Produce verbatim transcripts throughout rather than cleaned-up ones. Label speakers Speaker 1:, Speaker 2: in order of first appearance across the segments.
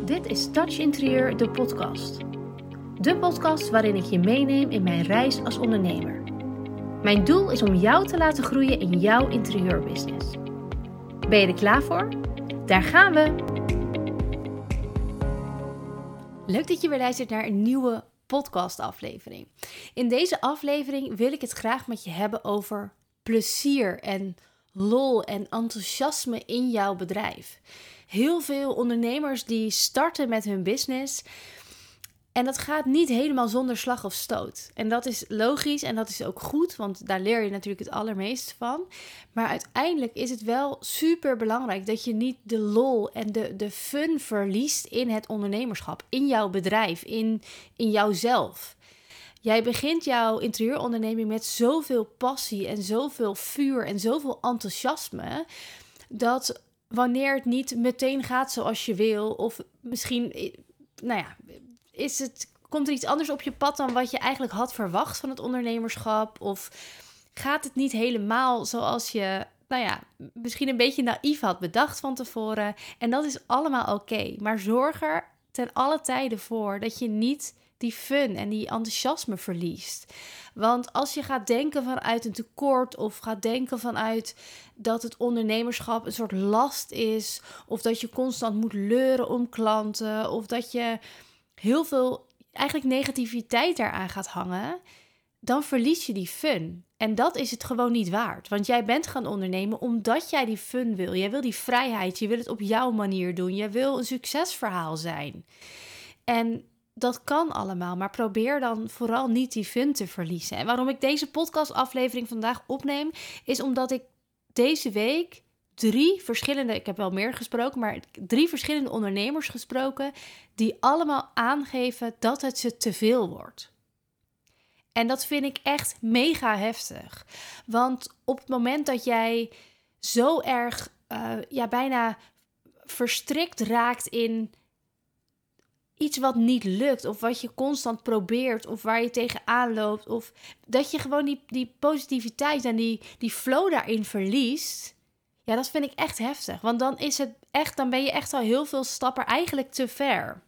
Speaker 1: Dit is Touch Interieur, de podcast. De podcast waarin ik je meeneem in mijn reis als ondernemer. Mijn doel is om jou te laten groeien in jouw interieurbusiness. Ben je er klaar voor? Daar gaan we! Leuk dat je weer luistert naar een nieuwe podcastaflevering. In deze aflevering wil ik het graag met je hebben over plezier en lol en enthousiasme in jouw bedrijf. Heel veel ondernemers die starten met hun business en dat gaat niet helemaal zonder slag of stoot. En dat is logisch en dat is ook goed, want daar leer je natuurlijk het allermeest van. Maar uiteindelijk is het wel super belangrijk dat je niet de lol en de, de fun verliest in het ondernemerschap, in jouw bedrijf, in, in jouzelf. Jij begint jouw interieuronderneming met zoveel passie en zoveel vuur en zoveel enthousiasme, dat wanneer het niet meteen gaat zoals je wil, of misschien, nou ja, is het, komt er iets anders op je pad dan wat je eigenlijk had verwacht van het ondernemerschap, of gaat het niet helemaal zoals je, nou ja, misschien een beetje naïef had bedacht van tevoren. En dat is allemaal oké. Okay. Maar zorg er ten alle tijde voor dat je niet die fun en die enthousiasme verliest. Want als je gaat denken vanuit een tekort of gaat denken vanuit dat het ondernemerschap een soort last is, of dat je constant moet leuren om klanten, of dat je heel veel eigenlijk negativiteit daaraan gaat hangen, dan verlies je die fun. En dat is het gewoon niet waard. Want jij bent gaan ondernemen omdat jij die fun wil. Jij wil die vrijheid, je wil het op jouw manier doen. Je wil een succesverhaal zijn. En dat kan allemaal, maar probeer dan vooral niet die fun te verliezen. En waarom ik deze podcastaflevering vandaag opneem, is omdat ik deze week drie verschillende, ik heb wel meer gesproken, maar drie verschillende ondernemers gesproken, die allemaal aangeven dat het ze te veel wordt. En dat vind ik echt mega heftig. Want op het moment dat jij zo erg, uh, ja, bijna verstrikt raakt in iets wat niet lukt, of wat je constant probeert, of waar je tegenaan loopt, of dat je gewoon die, die positiviteit en die, die flow daarin verliest, ja, dat vind ik echt heftig. Want dan is het echt, dan ben je echt al heel veel stappen eigenlijk te ver.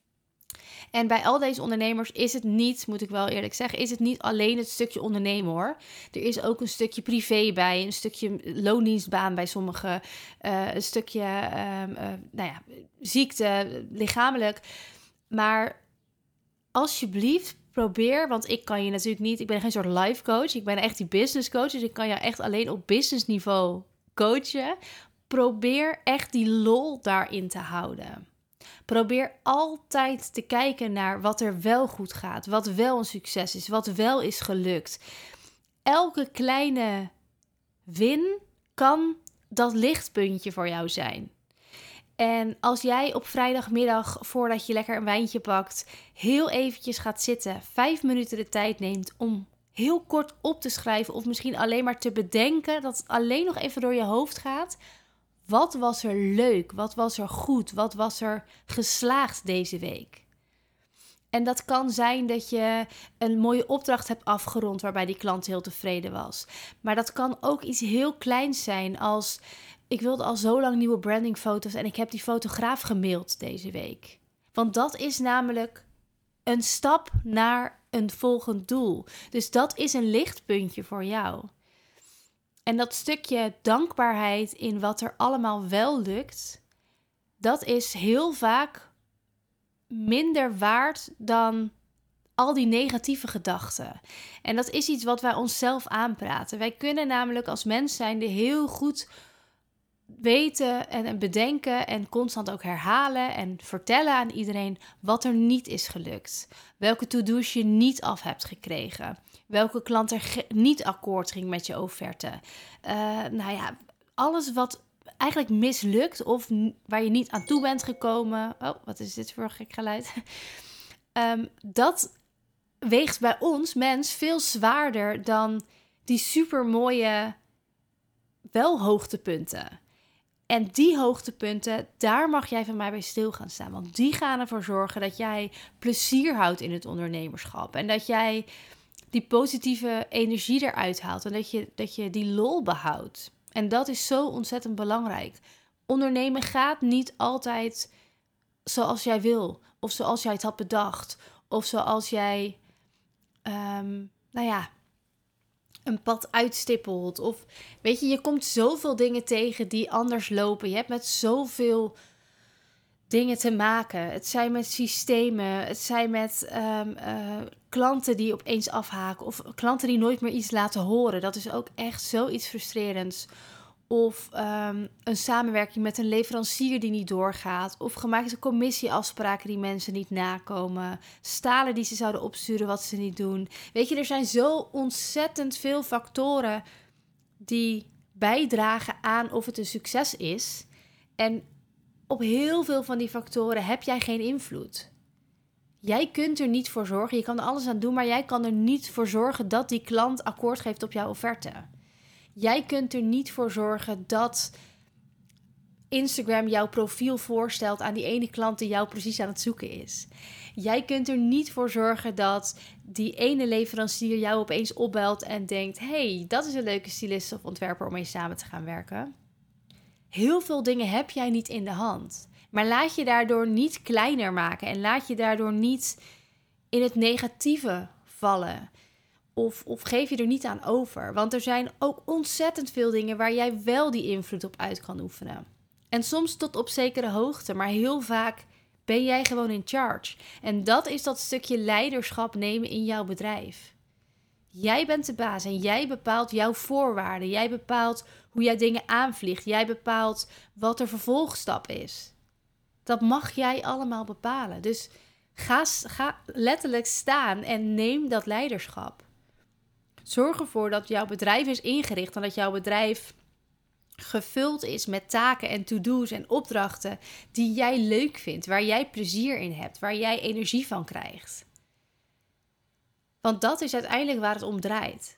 Speaker 1: En bij al deze ondernemers is het niet, moet ik wel eerlijk zeggen, is het niet alleen het stukje ondernemen hoor. Er is ook een stukje privé bij, een stukje loondienstbaan bij sommigen, uh, een stukje uh, uh, nou ja, ziekte, lichamelijk. Maar alsjeblieft probeer, want ik kan je natuurlijk niet, ik ben geen soort life coach, ik ben echt die business coach, dus ik kan jou echt alleen op business niveau coachen. Probeer echt die lol daarin te houden. Probeer altijd te kijken naar wat er wel goed gaat, wat wel een succes is, wat wel is gelukt. Elke kleine win kan dat lichtpuntje voor jou zijn. En als jij op vrijdagmiddag, voordat je lekker een wijntje pakt, heel eventjes gaat zitten, vijf minuten de tijd neemt om heel kort op te schrijven, of misschien alleen maar te bedenken, dat het alleen nog even door je hoofd gaat. Wat was er leuk? Wat was er goed? Wat was er geslaagd deze week? En dat kan zijn dat je een mooie opdracht hebt afgerond waarbij die klant heel tevreden was. Maar dat kan ook iets heel kleins zijn als, ik wilde al zo lang nieuwe brandingfoto's en ik heb die fotograaf gemaild deze week. Want dat is namelijk een stap naar een volgend doel. Dus dat is een lichtpuntje voor jou. En dat stukje dankbaarheid in wat er allemaal wel lukt, dat is heel vaak minder waard dan al die negatieve gedachten. En dat is iets wat wij onszelf aanpraten. Wij kunnen namelijk als mens zijnde heel goed weten en bedenken en constant ook herhalen en vertellen aan iedereen wat er niet is gelukt. Welke to-do's je niet af hebt gekregen. Welke klant er ge- niet akkoord ging met je offerte. Uh, nou ja, alles wat eigenlijk mislukt of n- waar je niet aan toe bent gekomen. Oh, wat is dit voor een gek geluid? um, dat weegt bij ons, mens, veel zwaarder dan die supermooie wel hoogtepunten. En die hoogtepunten, daar mag jij van mij bij stil gaan staan. Want die gaan ervoor zorgen dat jij plezier houdt in het ondernemerschap. En dat jij die positieve energie eruit haalt. En dat je, dat je die lol behoudt. En dat is zo ontzettend belangrijk. Ondernemen gaat niet altijd zoals jij wil. Of zoals jij het had bedacht. Of zoals jij, um, nou ja, een pad uitstippelt. Of weet je, je komt zoveel dingen tegen die anders lopen. Je hebt met zoveel dingen te maken. Het zijn met systemen. Het zijn met um, uh, klanten die opeens afhaken. Of klanten die nooit meer iets laten horen. Dat is ook echt zoiets frustrerends. Of um, een samenwerking met een leverancier die niet doorgaat. Of gemaakte commissieafspraken die mensen niet nakomen. Stalen die ze zouden opsturen wat ze niet doen. Weet je, er zijn zo ontzettend veel factoren die bijdragen aan of het een succes is. En op heel veel van die factoren heb jij geen invloed. Jij kunt er niet voor zorgen. Je kan er alles aan doen, maar jij kan er niet voor zorgen dat die klant akkoord geeft op jouw offerte. Jij kunt er niet voor zorgen dat Instagram jouw profiel voorstelt aan die ene klant die jou precies aan het zoeken is. Jij kunt er niet voor zorgen dat die ene leverancier jou opeens opbelt en denkt: hey, dat is een leuke stylist of ontwerper om mee samen te gaan werken. Heel veel dingen heb jij niet in de hand. Maar laat je daardoor niet kleiner maken en laat je daardoor niet in het negatieve vallen. Of, of geef je er niet aan over. Want er zijn ook ontzettend veel dingen waar jij wel die invloed op uit kan oefenen. En soms tot op zekere hoogte, maar heel vaak ben jij gewoon in charge. En dat is dat stukje leiderschap nemen in jouw bedrijf. Jij bent de baas en jij bepaalt jouw voorwaarden. Jij bepaalt hoe jij dingen aanvliegt. Jij bepaalt wat de vervolgstap is. Dat mag jij allemaal bepalen. Dus ga, ga letterlijk staan en neem dat leiderschap. Zorg ervoor dat jouw bedrijf is ingericht en dat jouw bedrijf gevuld is met taken en to-do's en opdrachten die jij leuk vindt, waar jij plezier in hebt, waar jij energie van krijgt. Want dat is uiteindelijk waar het om draait.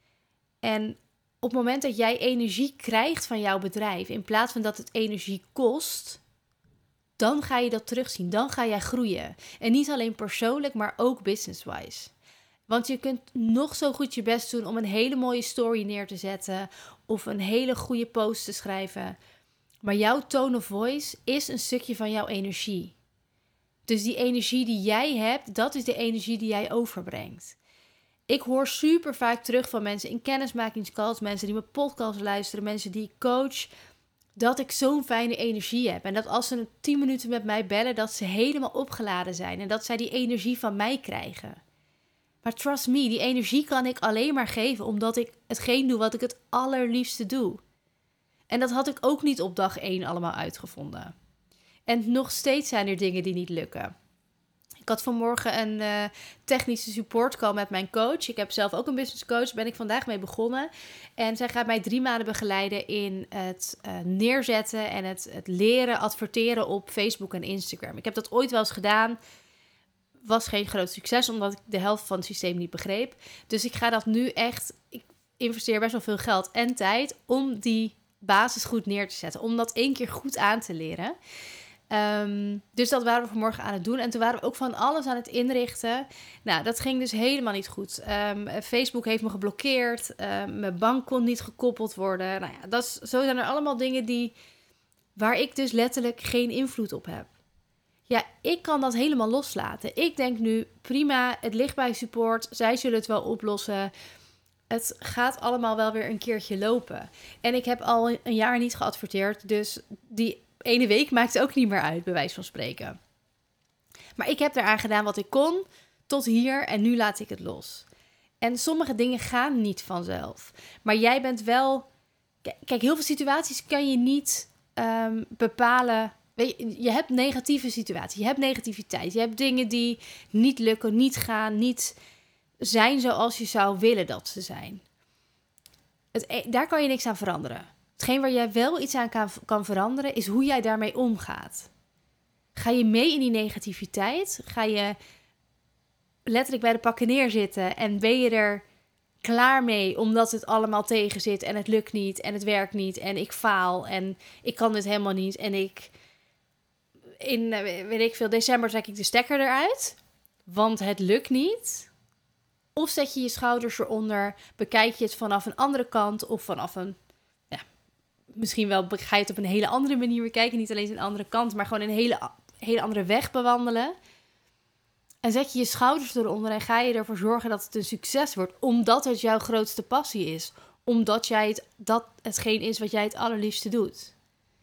Speaker 1: En op het moment dat jij energie krijgt van jouw bedrijf, in plaats van dat het energie kost, dan ga je dat terugzien. Dan ga jij groeien. En niet alleen persoonlijk, maar ook business-wise. Want je kunt nog zo goed je best doen om een hele mooie story neer te zetten of een hele goede post te schrijven. Maar jouw tone of voice is een stukje van jouw energie. Dus die energie die jij hebt, dat is de energie die jij overbrengt. Ik hoor super vaak terug van mensen in kennismakingscalls, mensen die mijn podcast luisteren, mensen die ik coach, dat ik zo'n fijne energie heb. En dat als ze tien minuten met mij bellen, dat ze helemaal opgeladen zijn en dat zij die energie van mij krijgen. Maar trust me, die energie kan ik alleen maar geven omdat ik hetgeen doe wat ik het allerliefste doe. En dat had ik ook niet op dag één allemaal uitgevonden. En nog steeds zijn er dingen die niet lukken. Ik had vanmorgen een uh, technische support call met mijn coach. Ik heb zelf ook een business coach, daar ben ik vandaag mee begonnen. En zij gaat mij drie maanden begeleiden in het uh, neerzetten en het, het leren adverteren op Facebook en Instagram. Ik heb dat ooit wel eens gedaan. Was geen groot succes, omdat ik de helft van het systeem niet begreep. Dus ik ga dat nu echt... Ik investeer best wel veel geld en tijd om die basis goed neer te zetten. Om dat één keer goed aan te leren. Um, dus dat waren we vanmorgen aan het doen. En toen waren we ook van alles aan het inrichten. Nou, dat ging dus helemaal niet goed. Um, Facebook heeft me geblokkeerd. Um, mijn bank kon niet gekoppeld worden. Nou ja, dat is, zo zijn er allemaal dingen die, waar ik dus letterlijk geen invloed op heb. Ja, ik kan dat helemaal loslaten. Ik denk nu, prima, het ligt bij support. Zij zullen het wel oplossen. Het gaat allemaal wel weer een keertje lopen. En ik heb al een jaar niet geadverteerd. Dus die ene week maakt ook niet meer uit, bij wijze van spreken. Maar ik heb eraan gedaan wat ik kon, tot hier. En nu laat ik het los. En sommige dingen gaan niet vanzelf. Maar jij bent wel... Kijk, heel veel situaties kan je niet um, bepalen... Weet je, je hebt negatieve situaties, je hebt negativiteit. Je hebt dingen die niet lukken, niet gaan, niet zijn zoals je zou willen dat ze zijn. Het, daar kan je niks aan veranderen. Hetgeen waar jij wel iets aan kan, kan veranderen, is hoe jij daarmee omgaat. Ga je mee in die negativiteit? Ga je letterlijk bij de pakken neerzitten en ben je er klaar mee omdat het allemaal tegen zit en het lukt niet en het werkt niet en ik faal en ik kan dit helemaal niet en ik... In, weet ik veel, december trek ik de stekker eruit, want het lukt niet. Of zet je je schouders eronder, bekijk je het vanaf een andere kant of vanaf een, ja, misschien wel ga je het op een hele andere manier bekijken. Niet alleen een andere kant, maar gewoon een hele, hele andere weg bewandelen. En zet je je schouders eronder en ga je ervoor zorgen dat het een succes wordt. Omdat het jouw grootste passie is. Omdat jij het, dat hetgeen is wat jij het allerliefste doet.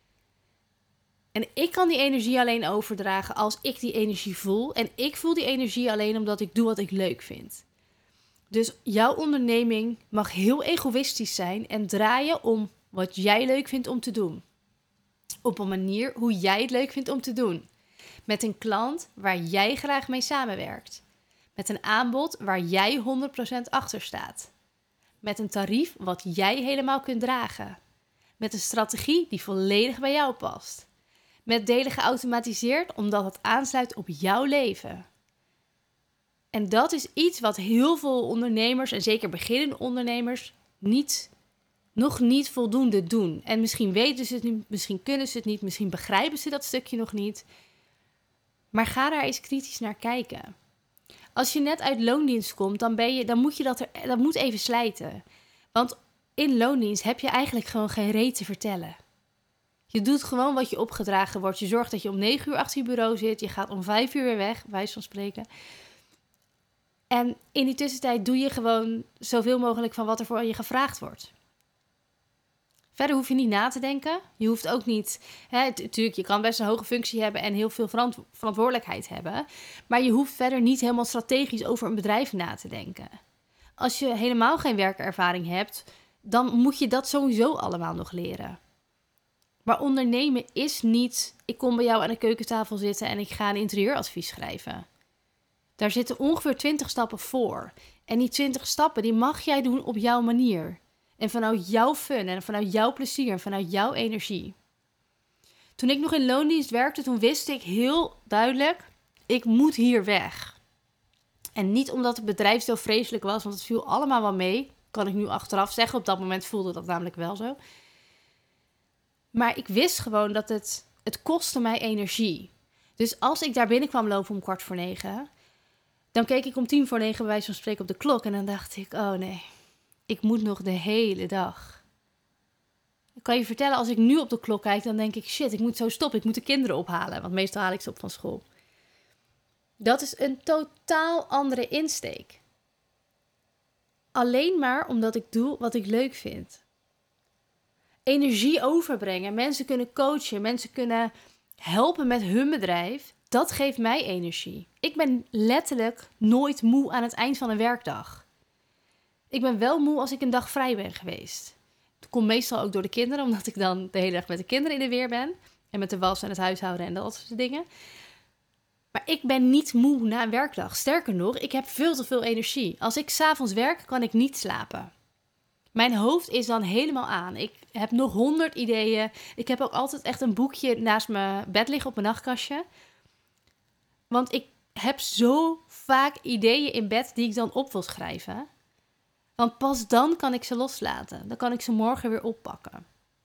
Speaker 1: En ik kan die energie alleen overdragen als ik die energie voel. En ik voel die energie alleen omdat ik doe wat ik leuk vind. Dus jouw onderneming mag heel egoïstisch zijn en draaien om wat jij leuk vindt om te doen. Op een manier hoe jij het leuk vindt om te doen. Met een klant waar jij graag mee samenwerkt. Met een aanbod waar jij honderd procent achter staat. Met een tarief wat jij helemaal kunt dragen. Met een strategie die volledig bij jou past. Met delen geautomatiseerd omdat het aansluit op jouw leven. En dat is iets wat heel veel ondernemers, en zeker beginnende ondernemers, niet, nog niet voldoende doen. En misschien weten ze het niet, misschien kunnen ze het niet, misschien begrijpen ze dat stukje nog niet. Maar ga daar eens kritisch naar kijken. Als je net uit loondienst komt, dan, ben je, dan moet je dat, er, dat moet even slijten. Want in loondienst heb je eigenlijk gewoon geen reet te vertellen. Je doet gewoon wat je opgedragen wordt. Je zorgt dat je om negen uur achter je bureau zit. Je gaat om vijf uur weer weg, wijs van spreken. En in die tussentijd doe je gewoon zoveel mogelijk van wat er voor je gevraagd wordt. Verder hoef je niet na te denken. Je hoeft ook niet... Natuurlijk, je kan best een hoge functie hebben en heel veel verant- verantwoordelijkheid hebben. Maar je hoeft verder niet helemaal strategisch over een bedrijf na te denken. Als je helemaal geen werkervaring hebt, dan moet je dat sowieso allemaal nog leren. Maar ondernemen is niet... Ik kom bij jou aan de keukentafel zitten en ik ga een interieuradvies schrijven. Daar zitten ongeveer twintig stappen voor. En die twintig stappen, die mag jij doen op jouw manier. En vanuit jouw fun en vanuit jouw plezier en vanuit jouw energie. Toen ik nog in loondienst werkte, toen wist ik heel duidelijk, ik moet hier weg. En niet omdat het bedrijf zo vreselijk was, want het viel allemaal wel mee. Kan ik nu achteraf zeggen, op dat moment voelde dat namelijk wel zo. Maar ik wist gewoon dat het, het kostte mij energie. Dus als ik daar binnenkwam lopen om kwart voor negen, dan keek ik om tien voor negen bij wijze van spreken op de klok. En dan dacht ik, oh nee, ik moet nog de hele dag. Ik kan je vertellen, als ik nu op de klok kijk, dan denk ik, shit, ik moet zo stoppen. Ik moet de kinderen ophalen, want meestal haal ik ze op van school. Dat is een totaal andere insteek. Alleen maar omdat ik doe wat ik leuk vind. Energie overbrengen, mensen kunnen coachen, mensen kunnen helpen met hun bedrijf. Dat geeft mij energie. Ik ben letterlijk nooit moe aan het eind van een werkdag. Ik ben wel moe als ik een dag vrij ben geweest. Dat komt meestal ook door de kinderen, omdat ik dan de hele dag met de kinderen in de weer ben. En met de was en het huishouden en dat soort dingen. Maar ik ben niet moe na een werkdag. Sterker nog, ik heb veel te veel energie. Als ik 's avonds werk, kan ik niet slapen. Mijn hoofd is dan helemaal aan. Ik heb nog honderd ideeën. Ik heb ook altijd echt een boekje naast mijn bed liggen op mijn nachtkastje. Want ik heb zo vaak ideeën in bed die ik dan op wil schrijven. Want pas dan kan ik ze loslaten. Dan kan ik ze morgen weer oppakken.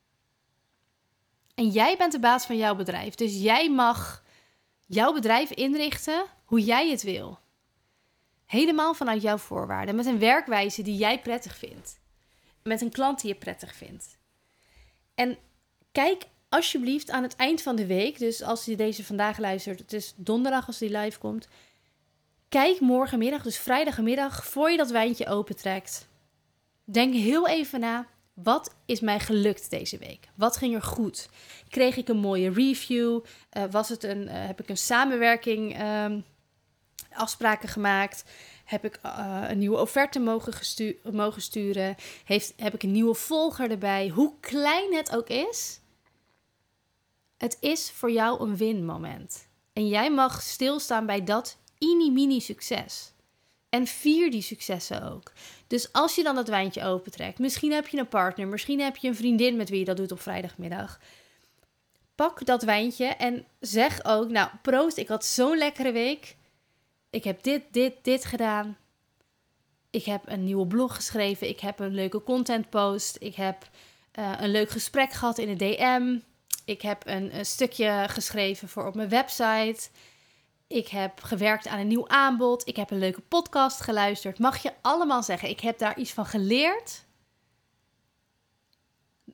Speaker 1: En jij bent de baas van jouw bedrijf. Dus jij mag jouw bedrijf inrichten hoe jij het wil. Helemaal vanuit jouw voorwaarden. Met een werkwijze die jij prettig vindt. Met een klant die je prettig vindt. En kijk alsjeblieft aan het eind van de week. Dus als je deze vandaag luistert. Het is donderdag als die live komt. Kijk morgenmiddag, dus vrijdagmiddag, voor je dat wijntje opentrekt. Denk heel even na. Wat is mij gelukt deze week? Wat ging er goed? Kreeg ik een mooie review? Uh, was het een, uh, heb ik een samenwerking um, afspraken gemaakt? Heb ik uh, een nieuwe offerte mogen, gestu- mogen sturen? Heeft, heb ik een nieuwe volger erbij? Hoe klein het ook is, het is voor jou een win-moment. En jij mag stilstaan bij dat mini-mini succes. En vier die successen ook. Dus als je dan dat wijntje opentrekt, misschien heb je een partner, misschien heb je een vriendin met wie je dat doet op vrijdagmiddag. Pak dat wijntje en zeg ook, nou proost, ik had zo'n lekkere week. Ik heb dit, dit, dit gedaan. Ik heb een nieuwe blog geschreven. Ik heb een leuke contentpost. Ik heb uh, een leuk gesprek gehad in de D M. Ik heb een, een stukje geschreven voor op mijn website. Ik heb gewerkt aan een nieuw aanbod. Ik heb een leuke podcast geluisterd. Mag je allemaal zeggen, ik heb daar iets van geleerd.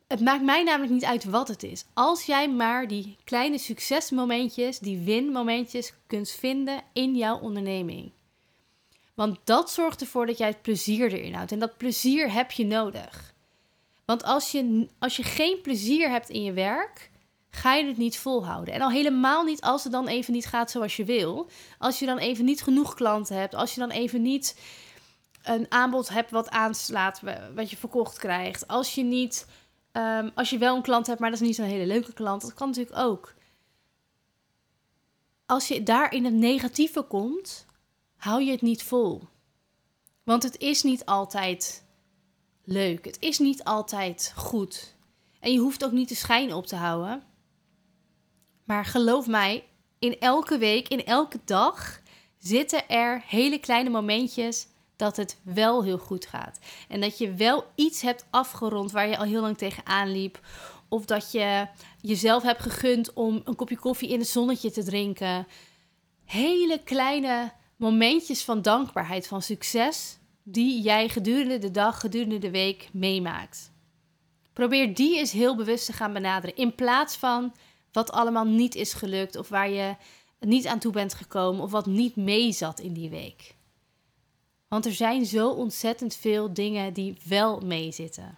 Speaker 1: Het maakt mij namelijk niet uit wat het is. Als jij maar die kleine succesmomentjes, die winmomentjes kunt vinden in jouw onderneming. Want dat zorgt ervoor dat jij het plezier erin houdt. En dat plezier heb je nodig. Want als je, als je geen plezier hebt in je werk, ga je het niet volhouden. En al helemaal niet als het dan even niet gaat zoals je wil. Als je dan even niet genoeg klanten hebt. Als je dan even niet een aanbod hebt wat aanslaat, wat je verkocht krijgt. Als je niet... Um, als je wel een klant hebt, maar dat is niet zo'n hele leuke klant. Dat kan natuurlijk ook. Als je daar in het negatieve komt, hou je het niet vol. Want het is niet altijd leuk. Het is niet altijd goed. En je hoeft ook niet de schijn op te houden. Maar geloof mij, in elke week, in elke dag zitten er hele kleine momentjes dat het wel heel goed gaat. En dat je wel iets hebt afgerond waar je al heel lang tegenaan liep. Of dat je jezelf hebt gegund om een kopje koffie in het zonnetje te drinken. Hele kleine momentjes van dankbaarheid, van succes, die jij gedurende de dag, gedurende de week meemaakt. Probeer die eens heel bewust te gaan benaderen. In plaats van wat allemaal niet is gelukt of waar je niet aan toe bent gekomen of wat niet meezat in die week. Want er zijn zo ontzettend veel dingen die wel meezitten.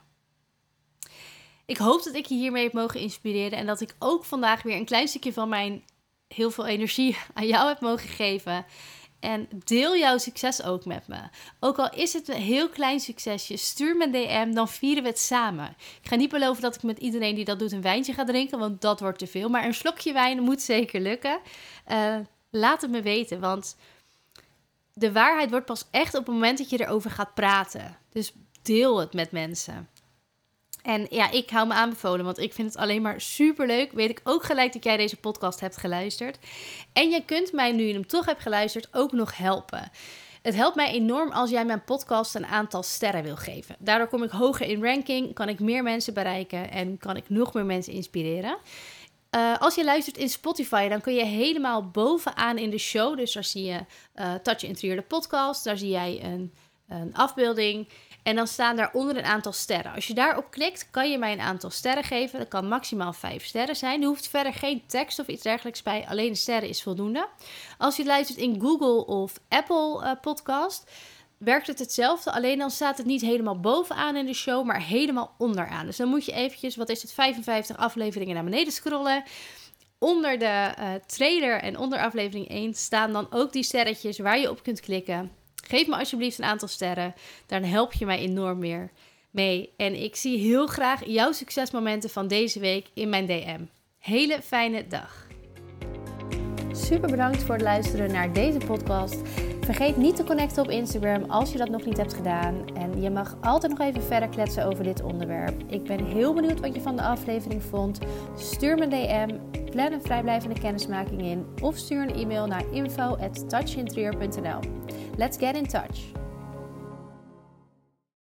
Speaker 1: Ik hoop dat ik je hiermee heb mogen inspireren en dat ik ook vandaag weer een klein stukje van mijn heel veel energie aan jou heb mogen geven. En deel jouw succes ook met me. Ook al is het een heel klein succesje, stuur me een D M, dan vieren we het samen. Ik ga niet beloven dat ik met iedereen die dat doet een wijntje ga drinken, want dat wordt te veel. Maar een slokje wijn moet zeker lukken. Uh, laat het me weten, want de waarheid wordt pas echt op het moment dat je erover gaat praten. Dus deel het met mensen. En ja, ik hou me aanbevolen, want ik vind het alleen maar superleuk. Weet ik ook gelijk dat jij deze podcast hebt geluisterd. En je kunt mij, nu je hem toch hebt geluisterd, ook nog helpen. Het helpt mij enorm als jij mijn podcast een aantal sterren wil geven. Daardoor kom ik hoger in ranking, kan ik meer mensen bereiken en kan ik nog meer mensen inspireren. Uh, als je luistert in Spotify, dan kun je helemaal bovenaan in de show, dus daar zie je uh, Touch Interieur de podcast, daar zie jij een, een afbeelding en dan staan daaronder een aantal sterren. Als je daarop klikt, kan je mij een aantal sterren geven. Dat kan maximaal vijf sterren zijn. Er hoeft verder geen tekst of iets dergelijks bij, alleen de sterren is voldoende. Als je luistert in Google of Apple uh, podcast, werkt het hetzelfde, alleen dan staat het niet helemaal bovenaan in de show, maar helemaal onderaan. Dus dan moet je eventjes, wat is het, vijfenvijftig afleveringen naar beneden scrollen. Onder de uh, trailer en onder aflevering één staan dan ook die sterretjes waar je op kunt klikken. Geef me alsjeblieft een aantal sterren, dan help je mij enorm meer mee. En ik zie heel graag jouw succesmomenten van deze week in mijn D M. Hele fijne dag. Super bedankt voor het luisteren naar deze podcast. Vergeet niet te connecten op Instagram als je dat nog niet hebt gedaan. En je mag altijd nog even verder kletsen over dit onderwerp. Ik ben heel benieuwd wat je van de aflevering vond. Stuur me een D M, plan een vrijblijvende kennismaking in of stuur een e-mail naar info at touch interieur punt n l. Let's get in touch.